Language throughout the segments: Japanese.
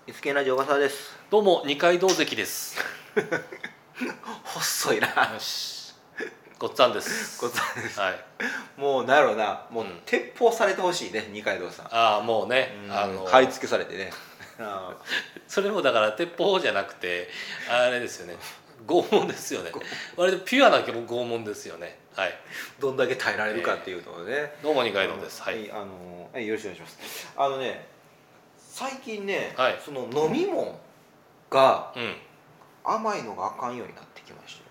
いつけラジオ小笠です。 どうも二階堂関です。 細いな。 よし、ごっつぁんです。 ごっつぁんです。 はい。 もうなんやろうな、もう鉄砲されてほしいね、二階堂さん。 ああ、もうね、 貼り付けされてね。 それもだから鉄砲じゃなくてあれですよね。拷問ですよね。割とピュアな拷問ですよね。はい。 どんだけ耐えられるかっていうのをね。 どうも二階堂です。はい。 よろしくお願いします。最近ね、 はい、 その飲み物がうん、 甘いのがあかんようになってきました。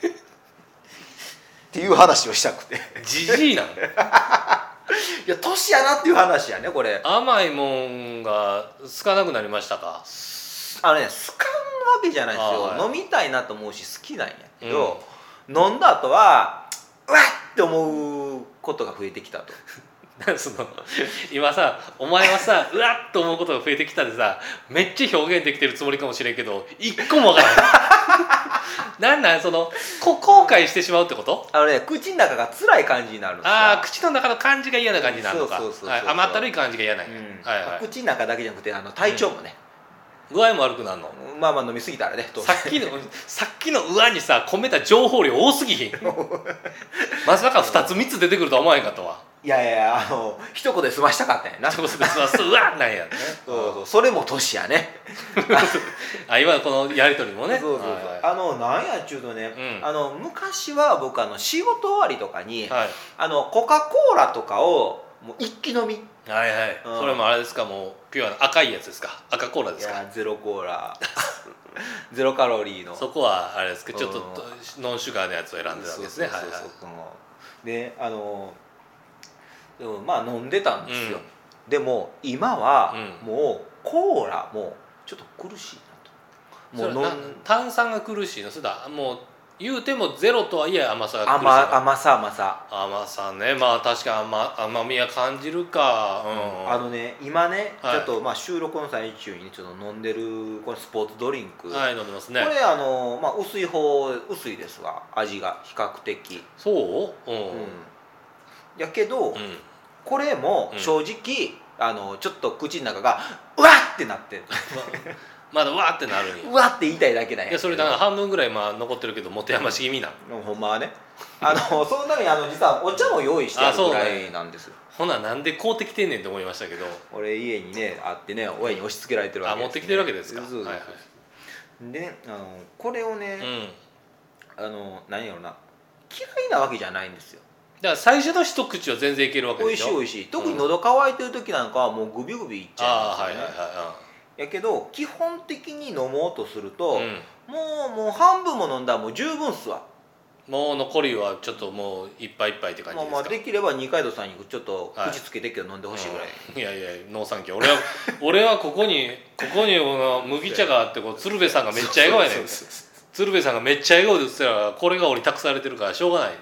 っていう話をしたくて。 じじいなん。 いや年やなっていう話やねこれ。 甘いもんが好かなくなりましたか。 好かんわけじゃないですよ、 はい、 飲みたいなと思うし好きなんやけど、飲んだ後はうわっって思うことが増えてきたと。 その今さ、お前はさうわっと思うことが増えてきたでさ、めっちゃ表現できてるつもりかもしれんけど一個もわからん。なんその後悔してしまうってこと？ 口の中が辛い感じになるんですよ。 ああ、口の中の感じが嫌な感じになるのか。甘ったるい感じが嫌なんや、はいはい、 口の中だけじゃなくて体調もね、 具合も悪くなるの。 まあ飲みすぎたらね。 さっきの上にさ込めた情報量多すぎひん。まさか2つ3つ出てくるとは思わへんかったわ。 いや一言で済ましたかったんやな。 一言で済ますうわっなんやね。 それも年やね。 今のこのやり取りもね。 なんやっちゅうとね、昔は僕仕事終わりとかに、コカ・コーラとかをもう一気飲み。 はいはい、それもあれですか、もうピュアな赤いやつですか、赤コーラですか。 いやゼロコーラゼロカロリーの。 そこはあれですけど、ちょっとノンシュガーのやつを選んでたわけですね。 ででもまあ飲んでたんですよ、でも今はもうコーラもちょっと苦しいなと。 もう炭酸が苦しいの。それだ、もう言うてもゼロとはいえ甘さが苦しい。 甘さね。まあ確かに甘みは感じるか。 今ね、ちょっと収録の最中にちょっと飲んでるこのスポーツドリンク、 はい、飲んでますね。 これ薄いですが、味が比較的。 そう？ やけど、これも正直ちょっと口の中がうわっってなってる。 まだうわってなるんや。 うわって言いたいだけなんや。 いや、それだから半分ぐらい残ってるけど持て余し気味なの。ほんまはね、そのために実はお茶も用意してあるぐらいなんですよ。 ほななんで買うてきてんねんって思いましたけど。 俺家にねあってね、親に押し付けられてるわけです、ね。 持ってきてるわけですか。 でこれをね、何やろな、嫌いなわけじゃないんですよ。 だから最初の一口は全然いけるわけでしょ。 美味しい。特に喉乾いてる時なんかはもうグビグビいっちゃいますよね。やけど基本的に飲もうとすると、もう半分も飲んだらもう十分っすわ。 もう残りはちょっともういっぱいいっぱいって感じですか。 できれば二階堂さんにちょっと口つけて飲んでほしいぐらい。 いやノーサンキュー。俺はここにこの麦茶があって、鶴瓶さんがめっちゃ笑顔やねん。鶴瓶さんがめっちゃ笑顔で言ってたら、これが俺託されてるからしょうがないね。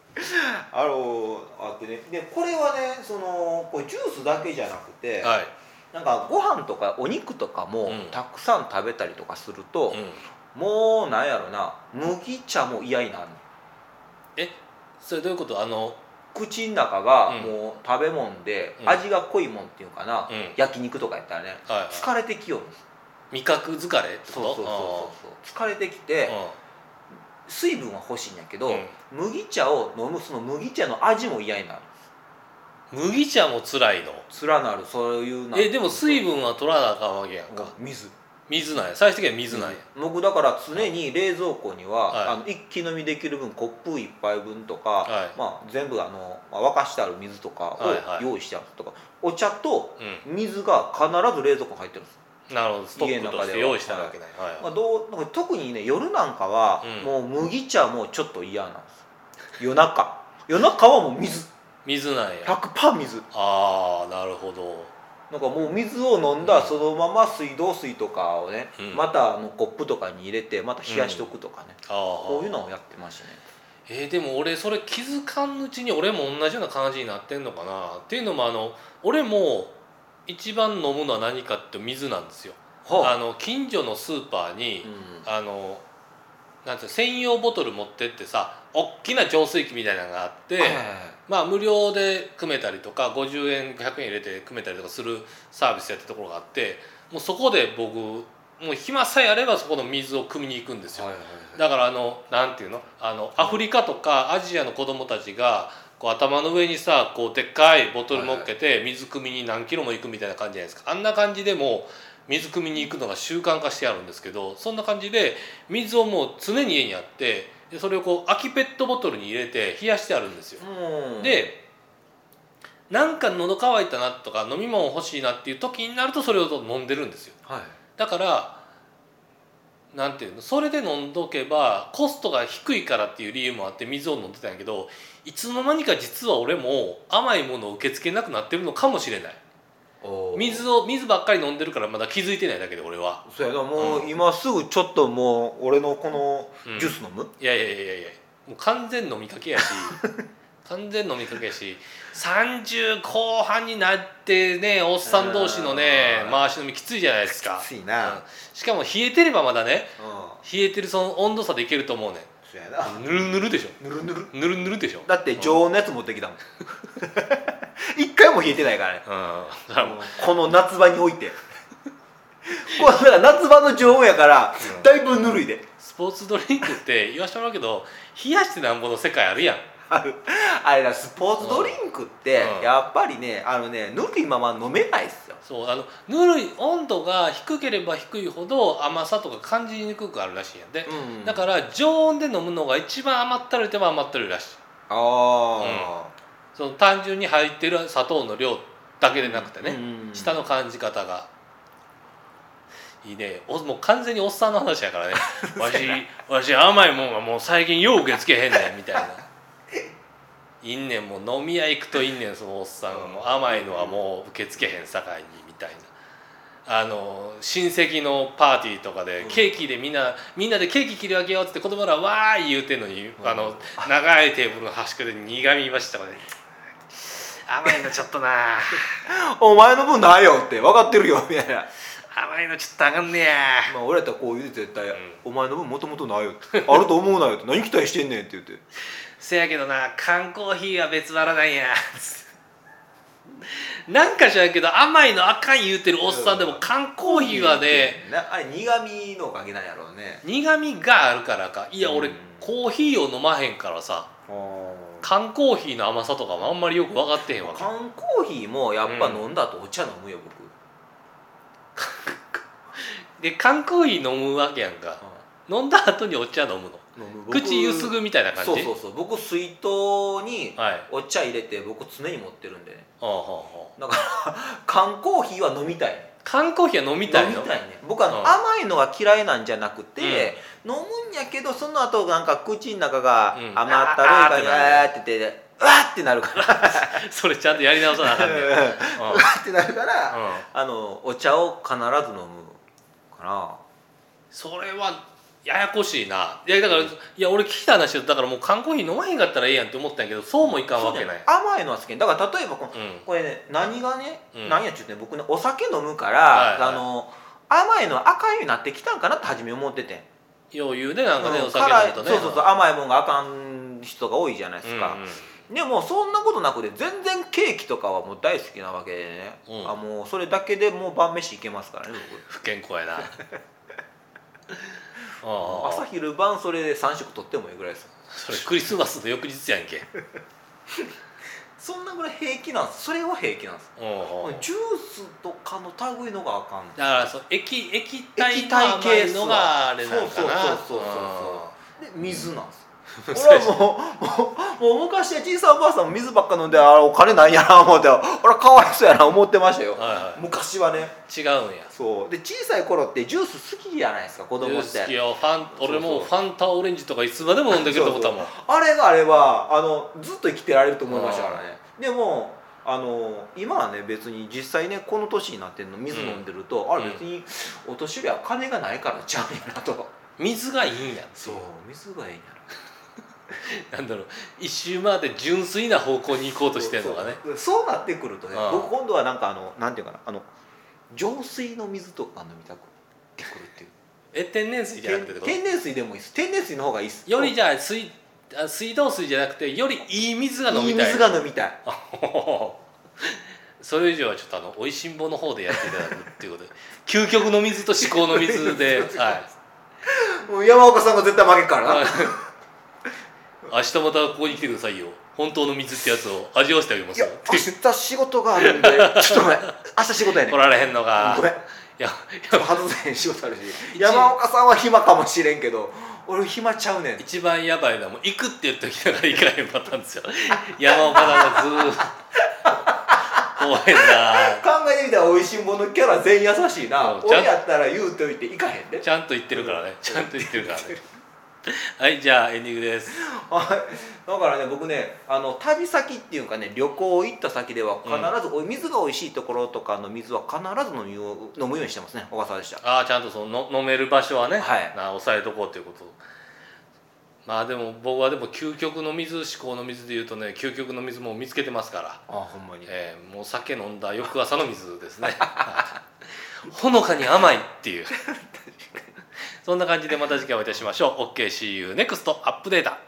あってね。でこれはね、これジュースだけじゃなくて、なんかご飯とかお肉とかもたくさん食べたりとかすると、もうなんやろな、麦茶も嫌になるの。 それどういうこと？ 口の中がもう食べ物で味が濃いもんっていうかな、焼肉とかやったらね、疲れてきよるんです。 味覚疲れってこと？ そう疲れてきて、水分は欲しいんやけど、麦茶を飲むその麦茶の味も嫌になる。 麦茶も辛いの？ 辛なる。そういうでも水分は取らなあかんわけやんか。水なんや。最終的には水なんや。 僕だから常に冷蔵庫には、一気飲みできる分コップ1杯分とか、全部沸かしてある水とかを用意してあるとか、お茶と水が必ず冷蔵庫に入ってるんです。 なるほど、ストックとして用意してあるわけね。 特にね、夜なんかはもう麦茶もちょっと嫌なんです。夜中はもう水なんや。 100% 水。 ああ、なるほど。 なんかもう水を飲んだそのまま水道水とかをね、またコップとかに入れてまた冷やしとくとかね、こういうのをやってましたね。 でも俺それ気づかんうちに俺も同じような感じになってんのかなっていうのも、俺も一番飲むのは何かって水なんですよ。近所のスーパーに、なんていう専用ボトル持ってってさ、大きな浄水器みたいなのがあって、 まあ無料で組めたりとか50円100円入れて組めたりとかするサービスやってるところがあって、もうそこで僕もう暇さえあればそこの水を汲みに行くんですよ、だからなんていうのアフリカとかアジアの子供たちがこう頭の上にさこうでっかいボトル乗っけて水汲みに何キロも行くみたいな感じじゃないですか。あんな感じでも水汲みに行くのが習慣化してあるんですけど、そんな感じで水をもう常に家にあって、でそれをこう空きペットボトルに入れて冷やしてあるんですよ。でなんか喉乾いたなとか飲み物欲しいなっていう時になるとそれを飲んでるんですよ、だからなんていうの、それで飲んどけばコストが低いからっていう理由もあって水を飲んでたんやけど、いつの間にか実は俺も甘いものを受け付けなくなってるのかもしれない。水ばっかり飲んでるからまだ気づいてないだけで俺は。 そうやな、もう今すぐちょっともう俺のこのジュース飲む、 いやもう完全飲みかけやし完全飲みかけやし、30後半になってねおっさん同士のね回し飲みきついじゃないですか。 きついな、 しかも冷えてればまだね、冷えてるその温度差でいけると思うねん。 そうやな、 ぬるぬるでしょ、 ぬるぬるぬるぬるでしょ。 だって常温のやつ持ってきたもん一回も冷えてないからね、この夏場においてこれだから夏場の常温やからだいぶぬるいで。 スポーツドリンクって言わしてもらうけど冷やしてなんぼの世界あるやん。 あれだ、スポーツドリンクってやっぱりねぬるいまま飲めないっすよ。 そうぬるい温度が低ければ低いほど甘さとか感じにくくあるらしいんやで、だから常温で飲むのが一番甘ったるいといえば甘ったるいらしい。その単純に入ってる砂糖の量だけでなくてね、舌の感じ方がいいね。もう完全におっさんの話やからねわし甘いもんがもう最近よう受け付けへんねんみたいないんねん。もう飲み屋行くといんねんそのおっさんが。もう甘いのはもう受け付けへんさかいにみたいな。親戚のパーティーとかでケーキでみんなでケーキ切り分けようって子供らわーい言うてんのに、長いテーブルの端っこで苦みましたからね甘いのちょっとなお前の分ないよって分かってるよみたいな。 甘いのちょっとあかんねや。 まあ俺やったらこう言うて絶対、お前の分もともとないよってあると思うなよって何期待してんねんって言って、 せやけどな缶コーヒーは別腹なんやなんか知らんけど甘いのあかん言うてるおっさんでも缶コーヒーはね、 あれ苦味のおかげなんやろうね。 苦味があるからか。いや俺コーヒーを飲まへんからさ、缶コーヒーの甘さとかもあんまりよく分かってへんわけ。 缶コーヒーもやっぱ飲んだ後お茶飲むよ僕で缶コーヒー飲むわけやんか、飲んだ後にお茶飲むの。口ゆすぐみたいな感じ。 そう僕水筒にお茶入れて僕常に持ってるんでね、だから缶コーヒーは飲みたい。 缶コーヒーは飲みたいの。 飲みたいね。僕甘いのは嫌いなんじゃなくて、飲むんやけどその後なんか口の中が甘ったるいからやーって言ってうわーってなるからそれちゃんとやり直さなあかんねんうわーってなるから、お茶を必ず飲むかな。 それはややこしいな。いやだから、いや俺聞いた話だからもう缶コーヒー飲まへんかったらええやんって思ったんやけど、そうもいかんわけない。 甘いのは好きだから例えばこれね何がね、何やっちゅうて僕ねお酒飲むから、甘いのはあかんようになってきたんかなって初め思ってて。 よう言うねなんかね、お酒飲むとね。 そう甘いもんがあかん人が多いじゃないですか。でもそんなことなくて全然ケーキとかはもう大好きなわけでね、もうそれだけでもう晩飯いけますからね僕。 不健康やな朝昼晩それで3食とってもいいぐらいです。 それクリスマスの翌日やんけそんなぐらい平気なんです。それは平気なんです。ジュースとかの類のがあかん。 だからそう液体の甘いのがあれなんかな。 そうで水なんです。俺はもう昔はじいさんおばあさんも水ばっか飲んでお金ないやな思って俺はかわいそうやな思ってましたよ、昔はね。 違うんや。 そうで小さい頃ってジュース好きじゃないですか子供って。 好きよ。俺もファンタオレンジとかいつまでも飲んでくると思ったもん。 あれがあればずっと生きてられると思いましたからね。でも今はね別に実際ねこの年になってんの水飲んでると、あれ別にお年寄りは金がないからちゃうんやなと。 水がいいんや。 そう水がいいんやなんだろう一周回って純粋な方向に行こうとしてるのがね。 そうなってくるとね、僕今度はなんかなんていうかな浄水の水とか飲みたくてくるっていう。 天然水じゃなくてってこと？ 天然水でもいいです。天然水の方がいいです。 よりじゃあ水道水じゃなくてよりいい水が飲みたい。 いい水が飲みたい。 それ以上はちょっとおいしんぼの方でやっていただくっていうことで究極の水と至高の水で、はい、 もう山岡さんが絶対負けるからな。 明日またここに来てくださいよ、本当の水ってやつを味わせてあげますよ。 明日仕事があるんでちょっとごめん、明日仕事やねん。 来られへんのがごめん、外せへん仕事あるし、山岡さんは暇かもしれんけど俺暇ちゃうねん。 一番やばいのはもう行くって言ってきたから行かへんパターンですよ。山岡さんがずーっと怖いな。 考えてみたらおいしんぼのキャラ全員優しいな。俺やったら言うといて行かへんで。 ちゃんと言ってるからね、ちゃんと言ってるからね。はい、じゃあエンディングです。 はい、だからね僕ね旅先っていうかね旅行行った先では必ず、水が美味しいところとかの水は必ず飲むようにしてますね。小笠原でした。 ああ、ちゃんとその飲める場所はね、 はい、 抑えとこうということ。まあでも僕はでも究極の水、至高の水でいうとね、究極の水も見つけてますから。 あ、ほんまに、 もう酒飲んだ翌朝の水ですね。ほのかに甘いっていうそんな感じでまた次回お会いいたしましょう。 OK、See you next アップデータ。